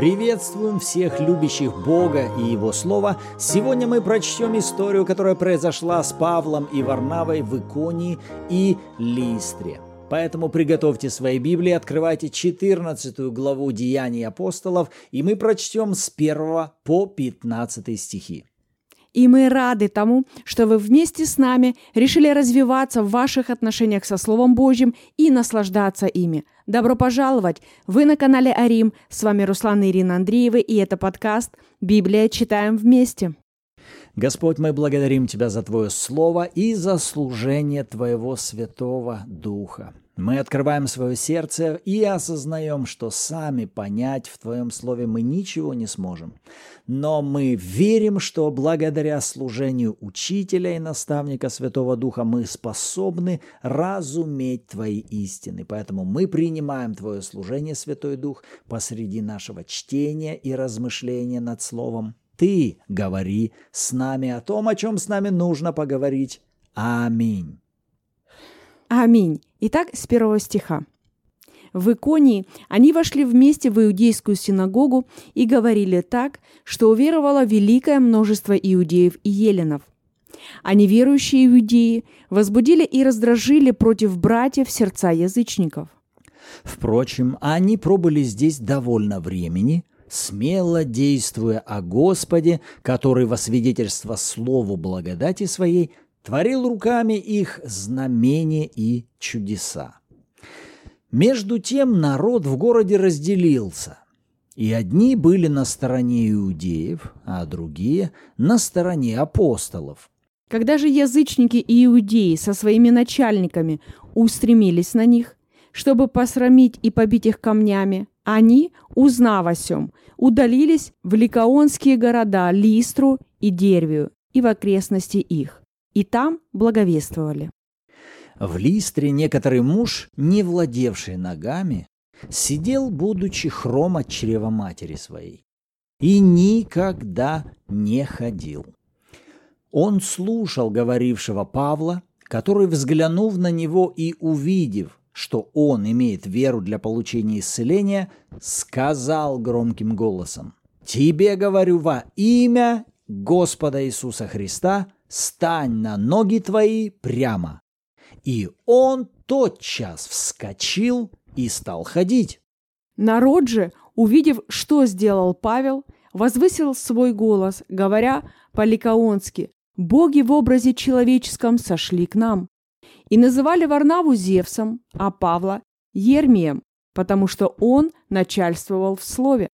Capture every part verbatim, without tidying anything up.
Приветствуем всех любящих Бога и Его Слово. Сегодня мы прочтем историю, которая произошла с Павлом и Варнавой в Иконии и Листре. Поэтому приготовьте свои Библии, открывайте четырнадцатую главу Деяний апостолов, и мы прочтем с первого по пятнадцатый стихи. И мы рады тому, что вы вместе с нами решили развиваться в ваших отношениях со Словом Божьим и наслаждаться ими. Добро пожаловать! Вы на канале Арим. С вами Руслан и Ирина Андреевы, и это подкаст «Библия. Читаем вместе». Господь, мы благодарим Тебя за Твое Слово и за служение Твоего Святого Духа. Мы открываем свое сердце и осознаем, что сами понять в Твоем Слове мы ничего не сможем. Но мы верим, что благодаря служению учителя и наставника Святого Духа мы способны разуметь Твои истины. Поэтому мы принимаем Твое служение, Святой Дух, посреди нашего чтения и размышления над Словом. Ты говори с нами о том, о чем с нами нужно поговорить. Аминь. Аминь. Итак, с первого стиха. В Иконии они вошли вместе в иудейскую синагогу и говорили так, что уверовало великое множество иудеев и еленов. А неверующие иудеи возбудили и раздражили против братьев сердца язычников. Впрочем, они пробыли здесь довольно времени, смело действуя о Господе, который во свидетельство слову благодати своей творил руками их знамения и чудеса. Между тем народ в городе разделился, и одни были на стороне иудеев, а другие на стороне апостолов. Когда же язычники и иудеи со своими начальниками устремились на них, чтобы посрамить и побить их камнями, они, узнав о сем, удалились в ликаонские города Листру и Дервию и в окрестности их, и там благовествовали. В Листре некоторый муж, не владевший ногами, сидел, будучи хром от чрева матери своей, и никогда не ходил. Он слушал говорившего Павла, который, взглянув на него и увидев, что он имеет веру для получения исцеления, сказал громким голосом: «Тебе говорю во имя Господа Иисуса Христа, стань на ноги твои прямо». И он тотчас вскочил и стал ходить. Народ же, увидев, что сделал Павел, возвысил свой голос, говоря по-ликаонски: «Боги в образе человеческом сошли к нам». И называли Варнаву Зевсом, а Павла Ермием, потому что он начальствовал в слове.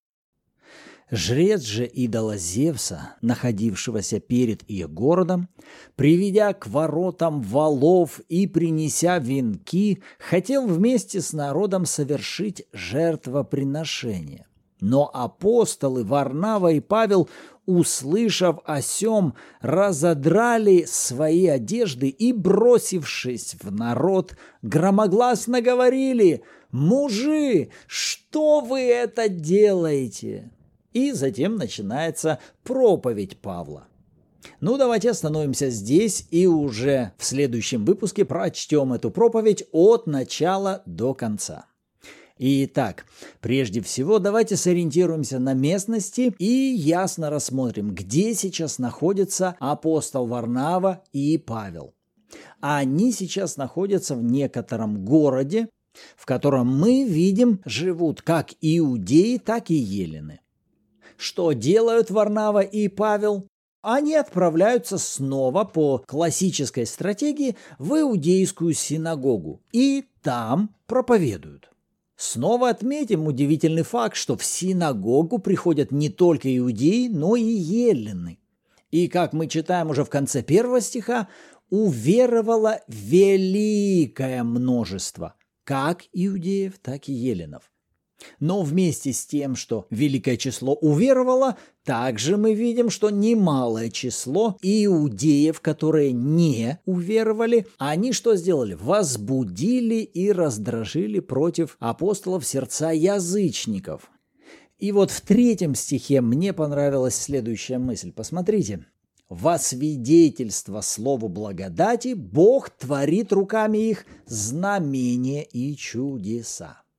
Жрец же идола Зевса, находившегося перед их городом, приведя к воротам валов и принеся венки, хотел вместе с народом совершить жертвоприношение. Но апостолы Варнава и Павел, услышав о сем, разодрали свои одежды и, бросившись в народ, громогласно говорили: «Мужи, что вы это делаете?» И затем начинается проповедь Павла. Ну, давайте остановимся здесь и уже в следующем выпуске прочтем эту проповедь от начала до конца. Итак, прежде всего давайте сориентируемся на местности и ясно рассмотрим, где сейчас находится апостол Варнава и Павел. Они сейчас находятся в некотором городе, в котором мы видим живут как иудеи, так и елены. Что делают Варнава и Павел? Они отправляются снова по классической стратегии в иудейскую синагогу и там проповедуют. Снова отметим удивительный факт, что в синагогу приходят не только иудеи, но и елены. И, как мы читаем уже в конце первого стиха, уверовало великое множество как иудеев, так и еленов. Но вместе с тем, что великое число уверовало, также мы видим, что немалое число иудеев, которые не уверовали, они что сделали? Возбудили и раздражили против апостолов сердца язычников. И вот в третьем стихе мне понравилась следующая мысль. Посмотрите. «Во свидетельство слову благодати Бог творит руками их знамения и чудеса».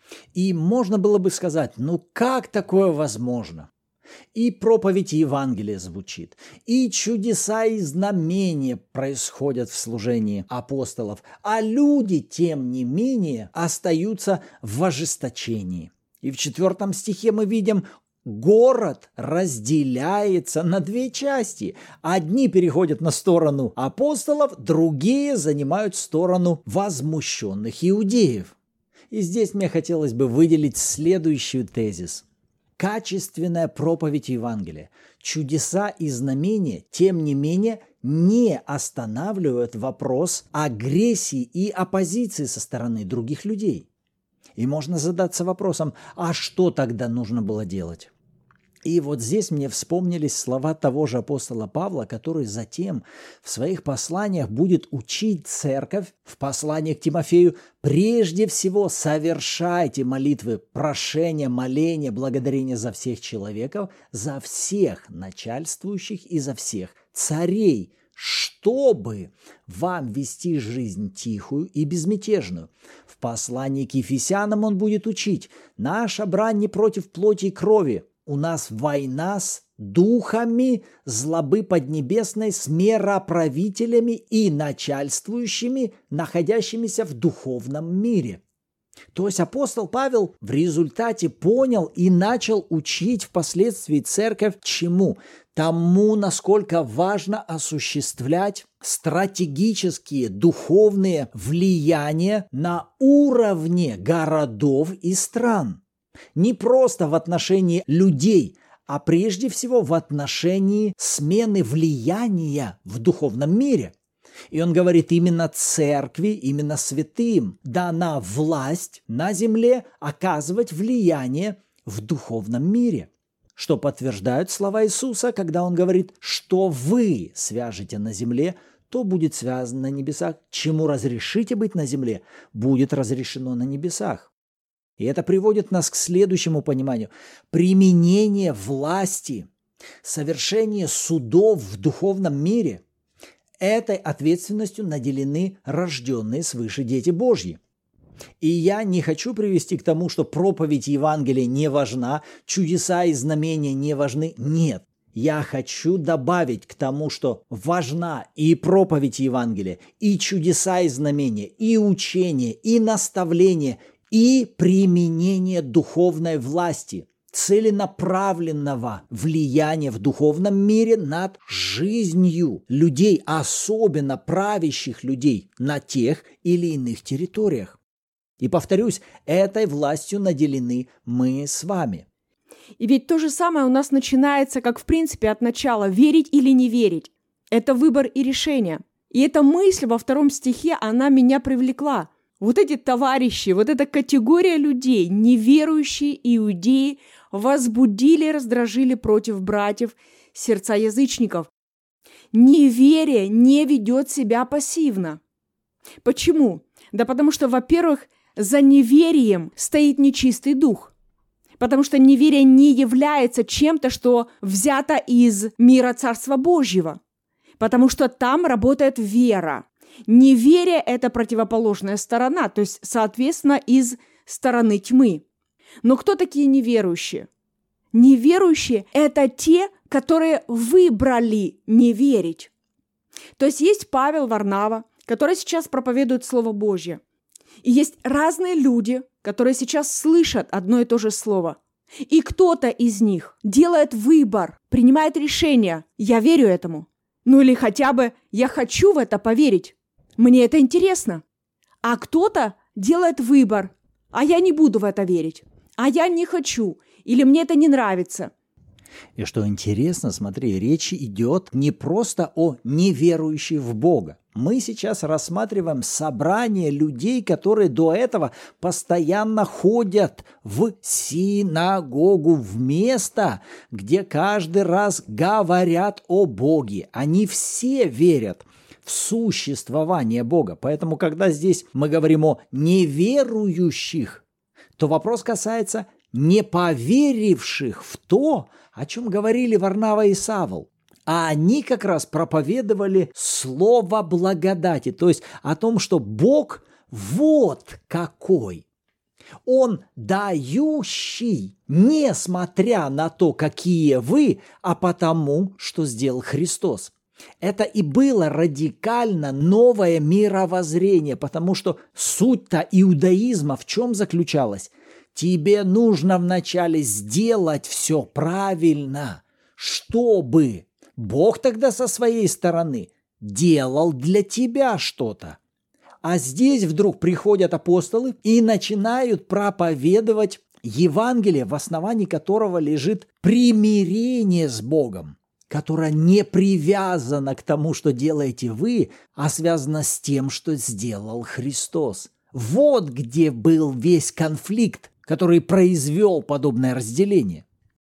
И можно было бы сказать, ну как такое возможно? И проповедь Евангелия звучит, и чудеса и знамения происходят в служении апостолов, а люди, тем не менее, остаются в ожесточении. И в четвертом стихе мы видим, город разделяется на две части. Одни переходят на сторону апостолов, другие занимают сторону возмущенных иудеев. И здесь мне хотелось бы выделить следующий тезис. Качественная проповедь Евангелия, чудеса и знамения, тем не менее, не останавливают вопрос агрессии и оппозиции со стороны других людей. И можно задаться вопросом, а что тогда нужно было делать? И вот здесь мне вспомнились слова того же апостола Павла, который затем в своих посланиях будет учить церковь в послании к Тимофею: прежде всего совершайте молитвы, прошения, моления, благодарения за всех человеков, за всех начальствующих и за всех царей, чтобы вам вести жизнь тихую и безмятежную. В послании к Ефесянам он будет учить: наша брань не против плоти и крови, у нас война с духами злобы поднебесной, с мироправителями и начальствующими, находящимися в духовном мире. То есть апостол Павел в результате понял и начал учить впоследствии церковь чему? Тому, насколько важно осуществлять стратегические духовные влияния на уровне городов и стран. Не просто в отношении людей, а прежде всего в отношении смены влияния в духовном мире. И он говорит, именно церкви, именно святым дана власть на земле оказывать влияние в духовном мире, что подтверждают слова Иисуса, когда он говорит, что вы свяжете на земле, то будет связано на небесах, чему разрешите быть на земле, будет разрешено на небесах. И это приводит нас к следующему пониманию. Применение власти, совершение судов в духовном мире – этой ответственностью наделены рожденные свыше дети Божьи. И я не хочу привести к тому, что проповедь Евангелия не важна, чудеса и знамения не важны. Нет. Я хочу добавить к тому, что важна и проповедь Евангелия, и чудеса и знамения, и учение, и наставление, и применение духовной власти, целенаправленного влияния в духовном мире над жизнью людей, особенно правящих людей на тех или иных территориях. И повторюсь, этой властью наделены мы с вами. И ведь то же самое у нас начинается, как в принципе от начала, верить или не верить. Это выбор и решение. И эта мысль во втором стихе, она меня привлекла. Вот эти товарищи, вот эта категория людей, неверующие иудеи, возбудили и раздражили против братьев сердца язычников. Неверие не ведет себя пассивно. Почему? Да потому что, во-первых, за неверием стоит нечистый дух. Потому что неверие не является чем-то, что взято из мира Царства Божьего. Потому что там работает вера. Неверие – это противоположная сторона, то есть, соответственно, из стороны тьмы. Но кто такие неверующие? Неверующие – это те, которые выбрали не верить. То есть есть Павел, Варнава, которые сейчас проповедуют Слово Божье. И есть разные люди, которые сейчас слышат одно и то же слово. И кто-то из них делает выбор, принимает решение «я верю этому». Ну или хотя бы «я хочу в это поверить». Мне это интересно. А кто-то делает выбор, а я не буду в это верить, а я не хочу, или мне это не нравится. И что интересно, смотри, речь идет не просто о неверующих в Бога. Мы сейчас рассматриваем собрание людей, которые до этого постоянно ходят в синагогу, в место, где каждый раз говорят о Боге. Они все верят в существование Бога. Поэтому, когда здесь мы говорим о неверующих, то вопрос касается не поверивших в то, о чем говорили Варнава и Савл. А они как раз проповедовали слово благодати, то есть о том, что Бог вот какой. Он дающий, несмотря на то, какие вы, а потому, что сделал Христос. Это и было радикально новое мировоззрение, потому что суть-то иудаизма в чем заключалась? Тебе нужно вначале сделать все правильно, чтобы Бог тогда со своей стороны делал для тебя что-то. А здесь вдруг приходят апостолы и начинают проповедовать Евангелие, в основании которого лежит примирение с Богом, которое не привязано к тому, что делаете вы, а связано с тем, что сделал Христос. Вот где был весь конфликт, который произвел подобное разделение.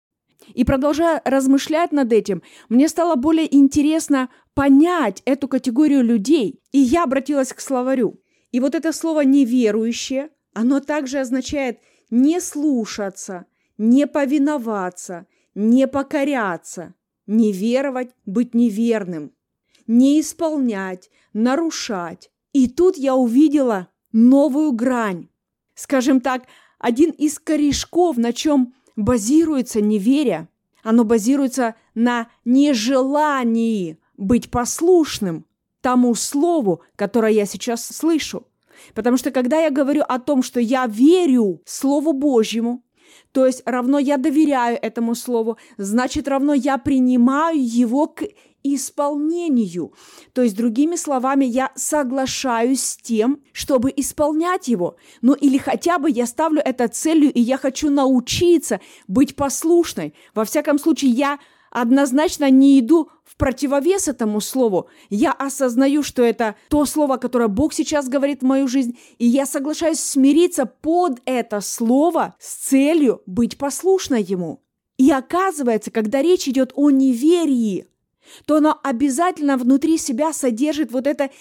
И продолжая размышлять над этим, мне стало более интересно понять эту категорию людей. И я обратилась к словарю. И вот это слово «неверующее», оно также означает не слушаться, не повиноваться, не покоряться, не веровать, быть неверным, не исполнять, нарушать. И тут я увидела новую грань. Скажем так, один из корешков, на чем базируется неверие, оно базируется на нежелании быть послушным тому слову, которое я сейчас слышу. Потому что когда я говорю о том, что я верю Слову Божьему, то есть равно я доверяю этому слову, значит равно я принимаю его к исполнению. То есть, другими словами, я соглашаюсь с тем, чтобы исполнять его. Ну или хотя бы я ставлю это целью, и я хочу научиться быть послушной. Во всяком случае, я однозначно не иду в противовес этому слову. Я осознаю, что это то слово, которое Бог сейчас говорит в мою жизнь, и я соглашаюсь смириться под это слово с целью быть послушной ему. И оказывается, когда речь идет о неверии, то оно обязательно внутри себя содержит вот это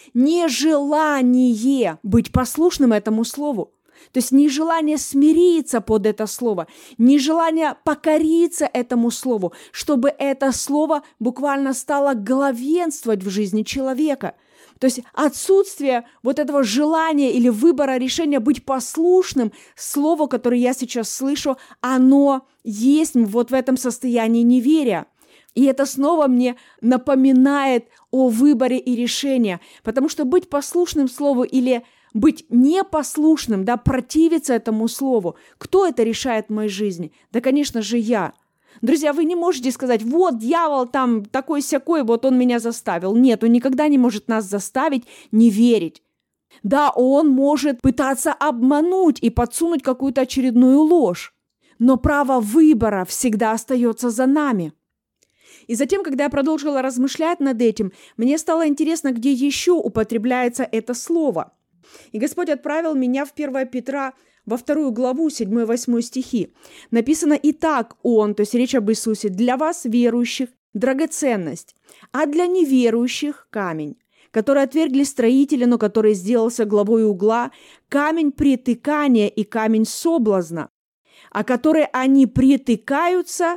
нежелание быть послушным этому слову. То есть нежелание смириться под это слово, нежелание покориться этому слову, чтобы это слово буквально стало главенствовать в жизни человека. То есть отсутствие вот этого желания или выбора, решения быть послушным слову, которое я сейчас слышу, оно есть вот в этом состоянии неверия. И это снова мне напоминает о выборе и решении, потому что быть послушным слову или быть непослушным, да, противиться этому слову, кто это решает в моей жизни? Да, конечно же, я. Друзья, вы не можете сказать, вот дьявол там такой-сякой, вот он меня заставил. Нет, он никогда не может нас заставить не верить. Да, он может пытаться обмануть и подсунуть какую-то очередную ложь, но право выбора всегда остается за нами. И затем, когда я продолжила размышлять над этим, мне стало интересно, где еще употребляется это слово. И Господь отправил меня в первое Петра, во вторую главу, седьмой-восьмой стихи. Написано: «Итак, Он», то есть речь об Иисусе, «для вас, верующих, драгоценность, а для неверующих – камень, который отвергли строители, но который сделался главой угла, камень притыкания и камень соблазна, о который они притыкаются,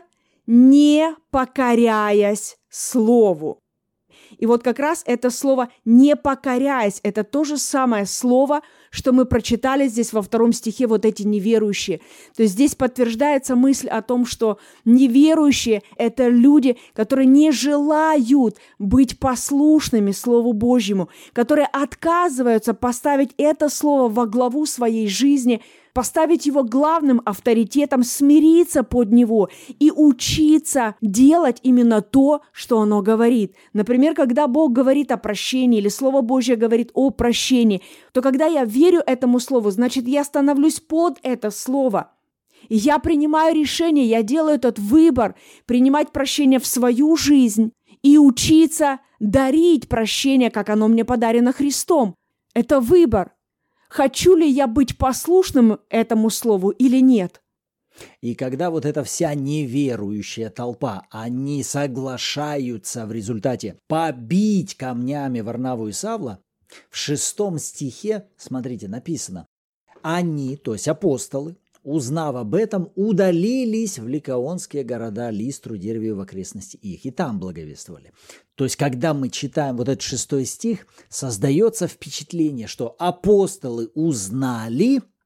не покоряясь слову». И вот как раз это слово «не покоряясь» – это то же самое слово, что мы прочитали здесь во втором стихе, вот эти неверующие. То есть здесь подтверждается мысль о том, что неверующие – это люди, которые не желают быть послушными Слову Божьему, которые отказываются поставить это слово во главу своей жизни, поставить его главным авторитетом, смириться под него и учиться делать именно то, что оно говорит. Например, когда Бог говорит о прощении или Слово Божье говорит о прощении, то когда я верю этому слову, значит, я становлюсь под это слово. И я принимаю решение, я делаю этот выбор, принимать прощение в свою жизнь и учиться дарить прощение, как оно мне подарено Христом. Это выбор. Хочу ли я быть послушным этому слову или нет? И когда вот эта вся неверующая толпа, они соглашаются в результате побить камнями Варнаву и Савла, в шестом стихе, смотрите, написано: «Они, то есть апостолы, узнав об этом, удалились в ликаонские города Листру, Дервию в окрестности их, и там благовествовали». То есть, когда мы читаем вот этот шестой стих, создается впечатление, что апостолы узнали,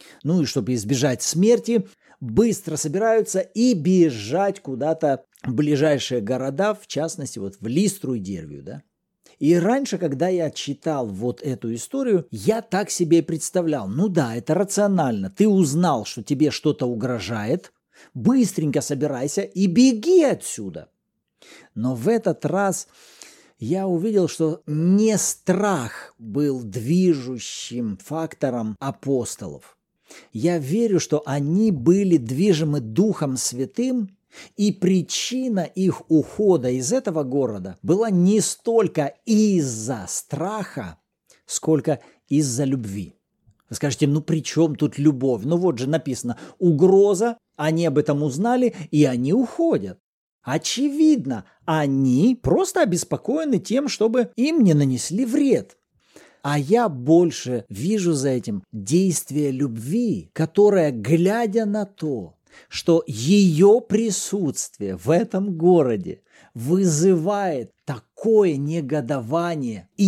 ну и чтобы избежать смерти, быстро собираются и бежать куда-то в ближайшие города, в частности, вот в Листру и Дервию, да. И раньше, когда я читал вот эту историю, я так себе и представлял. Ну да, это рационально. Ты узнал, что тебе что-то угрожает, быстренько собирайся и беги отсюда. Но в этот раз я увидел, что не страх был движущим фактором апостолов. Я верю, что они были движимы Духом Святым, и причина их ухода из этого города была не столько из-за страха, сколько из-за любви. Вы скажете, ну при чем тут любовь? Ну вот же написано, угроза, они об этом узнали, и они уходят. Очевидно, они просто обеспокоены тем, чтобы им не нанесли вред. А я больше вижу за этим действие любви, которое, глядя на то, что ее присутствие в этом городе вызывает такое негодование и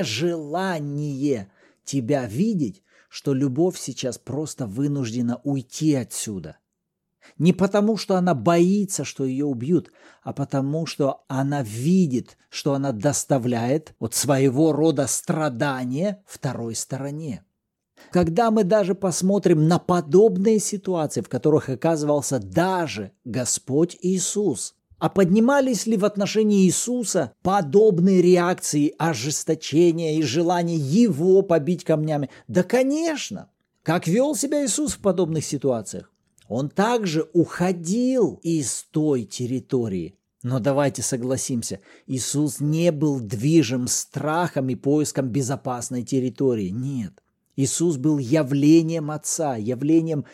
нежелание тебя видеть, что любовь сейчас просто вынуждена уйти отсюда. Не потому, что она боится, что ее убьют, а потому, что она видит, что она доставляет вот своего рода страдания второй стороне. Когда мы даже посмотрим на подобные ситуации, в которых оказывался даже Господь Иисус, а поднимались ли в отношении Иисуса подобные реакции ожесточения и желания Его побить камнями? Да, конечно! Как вел себя Иисус в подобных ситуациях? Он также уходил из той территории. Но давайте согласимся, Иисус не был движим страхом и поиском безопасной территории. Нет. Иисус был явлением Отца, явлением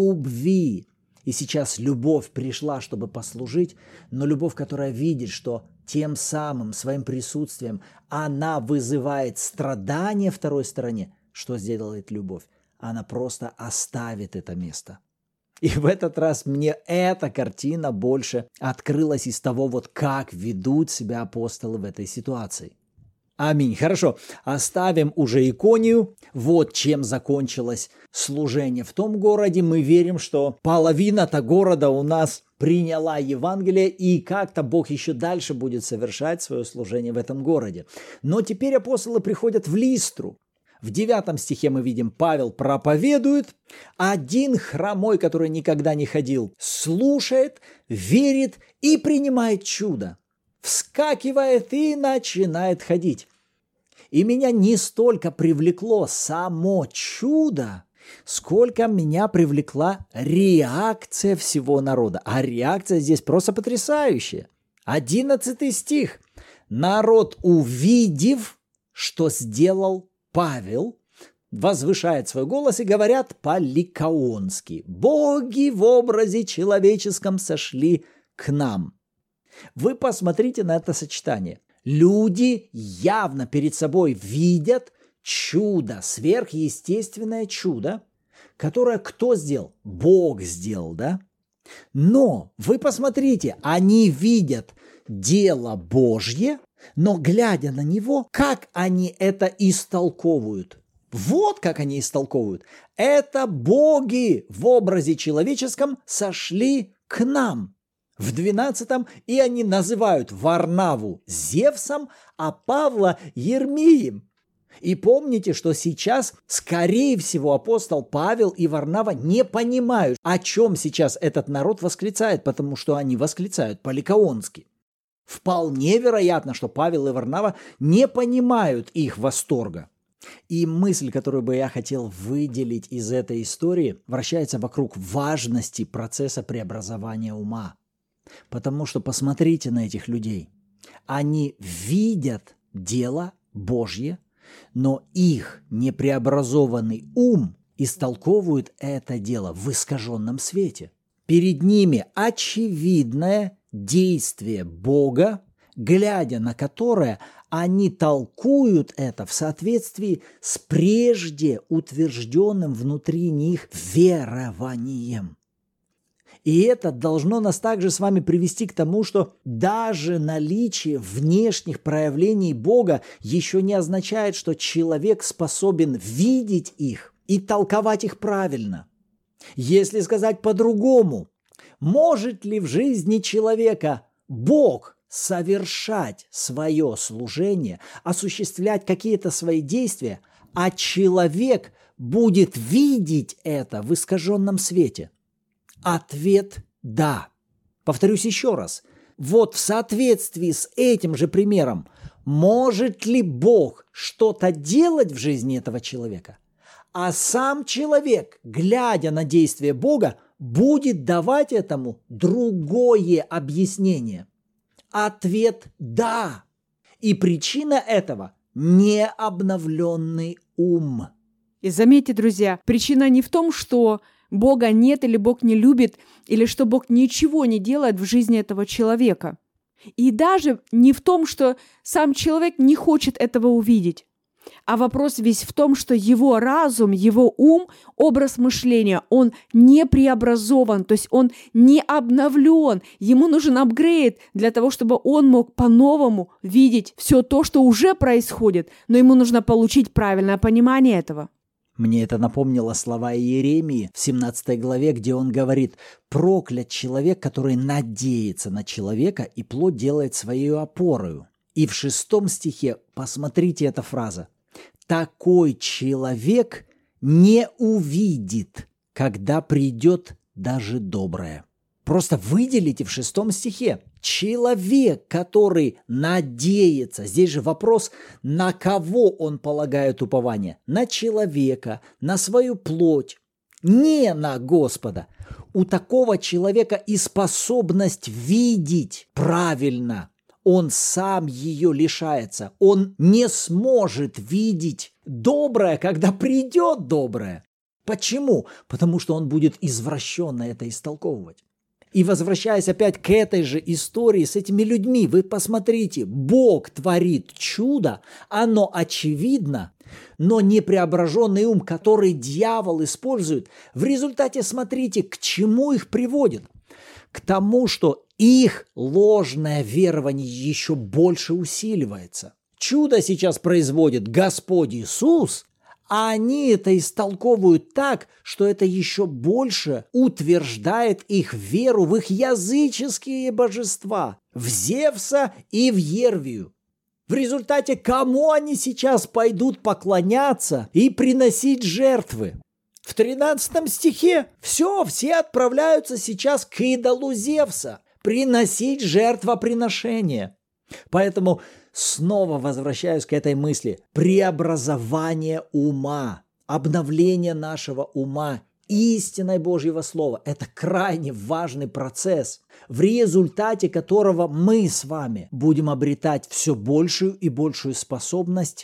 любви. И сейчас любовь пришла, чтобы послужить, но любовь, которая видит, что тем самым своим присутствием она вызывает страдания второй стороне, что сделает любовь? Она просто оставит это место. И в этот раз мне эта картина больше открылась из того, вот как ведут себя апостолы в этой ситуации. Аминь. Хорошо, оставим уже Иконию. Вот чем закончилось служение в том городе. Мы верим, что половина-то города у нас приняла Евангелие, и как-то Бог еще дальше будет совершать свое служение в этом городе. Но теперь апостолы приходят в Листру. В девятом стихе мы видим, Павел проповедует, один хромой, который никогда не ходил, слушает, верит и принимает чудо. Вскакивает и начинает ходить. И меня не столько привлекло само чудо, сколько меня привлекла реакция всего народа. А реакция здесь просто потрясающая. Одиннадцатый стих. Народ, увидев, что сделал Павел, возвышает свой голос и говорят по-ликаонски: «Боги в образе человеческом сошли к нам». Вы посмотрите на это сочетание. Люди явно перед собой видят чудо, сверхъестественное чудо, которое кто сделал? Бог сделал, да? Но вы посмотрите, они видят дело Божье, но глядя на него, как они это истолковывают? Вот как они истолковывают. Это боги в образе человеческом сошли к нам. В двенадцатом и они называют Варнаву Зевсом, а Павла Ермием. И помните, что сейчас, скорее всего, апостол Павел и Варнава не понимают, о чем сейчас этот народ восклицает, потому что они восклицают по-ликаонски. Вполне вероятно, что Павел и Варнава не понимают их восторга. И мысль, которую бы я хотел выделить из этой истории, вращается вокруг важности процесса преобразования ума. Потому что посмотрите на этих людей. Они видят дело Божье, но их непреобразованный ум истолковывает это дело в искаженном свете. Перед ними очевидное действие Бога, глядя на которое они толкуют это в соответствии с прежде утвержденным внутри них верованием. И это должно нас также с вами привести к тому, что даже наличие внешних проявлений Бога еще не означает, что человек способен видеть их и толковать их правильно. Если сказать по-другому, может ли в жизни человека Бог совершать свое служение, осуществлять какие-то свои действия, а человек будет видеть это в искаженном свете? Ответ – да. Повторюсь еще раз. Вот в соответствии с этим же примером, может ли Бог что-то делать в жизни этого человека? А сам человек, глядя на действие Бога, будет давать этому другое объяснение. Ответ – да. И причина этого – необновленный ум. И заметьте, друзья, причина не в том, что Бога нет или Бог не любит, или что Бог ничего не делает в жизни этого человека. И даже не в том, что сам человек не хочет этого увидеть. А вопрос весь в том, что его разум, его ум, образ мышления, он не преобразован, то есть он не обновлен. Ему нужен апгрейд для того, чтобы он мог по-новому видеть все то, что уже происходит, но ему нужно получить правильное понимание этого. Мне это напомнило слова Иеремии в семнадцатой главе, где он говорит: «Проклят человек, который надеется на человека и плоть делает своей опорою». И в шестом стихе, посмотрите, эта фраза: «Такой человек не увидит, когда придет даже доброе». Просто выделите в шестом стихе. Человек, который надеется. Здесь же вопрос, на кого он полагает упование. На человека, на свою плоть, не на Господа. У такого человека и способность видеть правильно. Он сам ее лишается. Он не сможет видеть доброе, когда придет доброе. Почему? Потому что он будет извращенно это истолковывать. И возвращаясь опять к этой же истории с этими людьми, вы посмотрите, Бог творит чудо, оно очевидно, но непреображенный ум, который дьявол использует, в результате, смотрите, к чему их приводит? К тому, что их ложное верование еще больше усиливается. Чудо сейчас производит Господь Иисус, а они это истолковывают так, что это еще больше утверждает их веру в их языческие божества, в Зевса и в Ервию. В результате кому они сейчас пойдут поклоняться и приносить жертвы? В тринадцатом стихе все, все отправляются сейчас к идолу Зевса, приносить жертвоприношение. Поэтому снова возвращаюсь к этой мысли. Преобразование ума, обновление нашего ума истиной Божьего Слова – это крайне важный процесс, в результате которого мы с вами будем обретать все большую и большую способность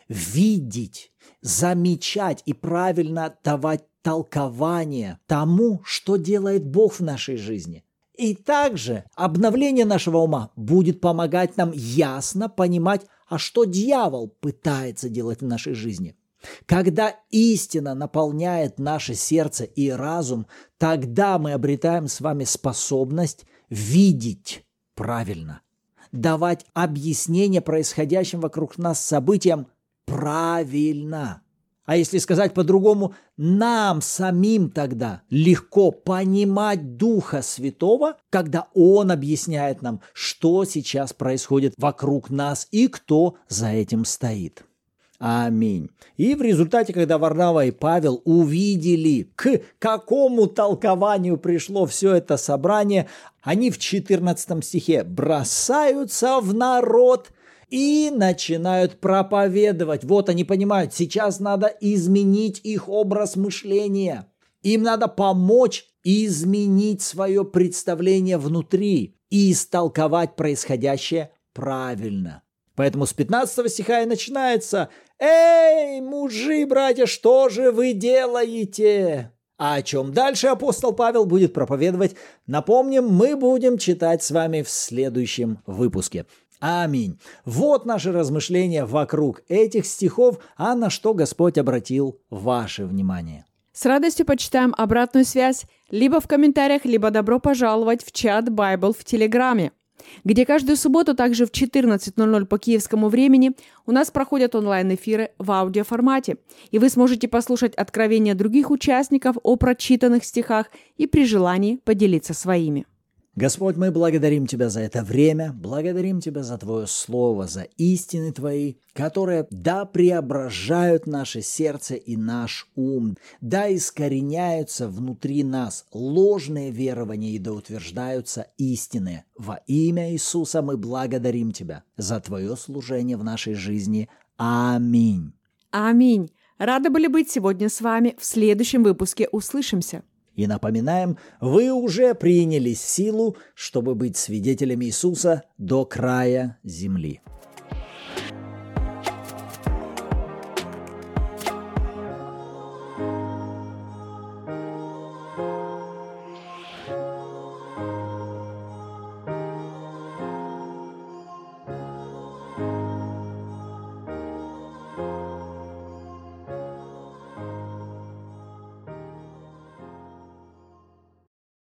видеть, замечать и правильно давать толкование тому, что делает Бог в нашей жизни. И также обновление нашего ума будет помогать нам ясно понимать, а что дьявол пытается делать в нашей жизни. Когда истина наполняет наше сердце и разум, тогда мы обретаем с вами способность видеть правильно, давать объяснение происходящим вокруг нас событиям правильно. А если сказать по-другому, нам самим тогда легко понимать Духа Святого, когда Он объясняет нам, что сейчас происходит вокруг нас и кто за этим стоит. Аминь. И в результате, когда Варнава и Павел увидели, к какому толкованию пришло все это собрание, они в четырнадцатом стихе бросаются в народ и начинают проповедовать. Вот они понимают, сейчас надо изменить их образ мышления. Им надо помочь изменить свое представление внутри и истолковать происходящее правильно. Поэтому с пятнадцатого стиха и начинается: «Эй, мужи, братья, что же вы делаете?» А о чем дальше апостол Павел будет проповедовать, напомним, мы будем читать с вами в следующем выпуске. Аминь. Вот наши размышления вокруг этих стихов, а на что Господь обратил ваше внимание. С радостью почитаем обратную связь либо в комментариях, либо добро пожаловать в чат Bible в Телеграме. где каждую субботу также в четырнадцать ноль ноль по киевскому времени у нас проходят онлайн-эфиры в аудиоформате, и вы сможете послушать откровения других участников о прочитанных стихах и при желании поделиться своими. Господь, мы благодарим Тебя за это время, благодарим Тебя за Твое Слово, за истины Твои, которые, да, преображают наше сердце и наш ум, да, искореняются внутри нас ложные верования и да утверждаются истины. Во имя Иисуса мы благодарим Тебя за Твое служение в нашей жизни. Аминь. Аминь. Рады были быть сегодня с вами. В следующем выпуске услышимся. И напоминаем, вы уже приняли силу, чтобы быть свидетелями Иисуса до края земли.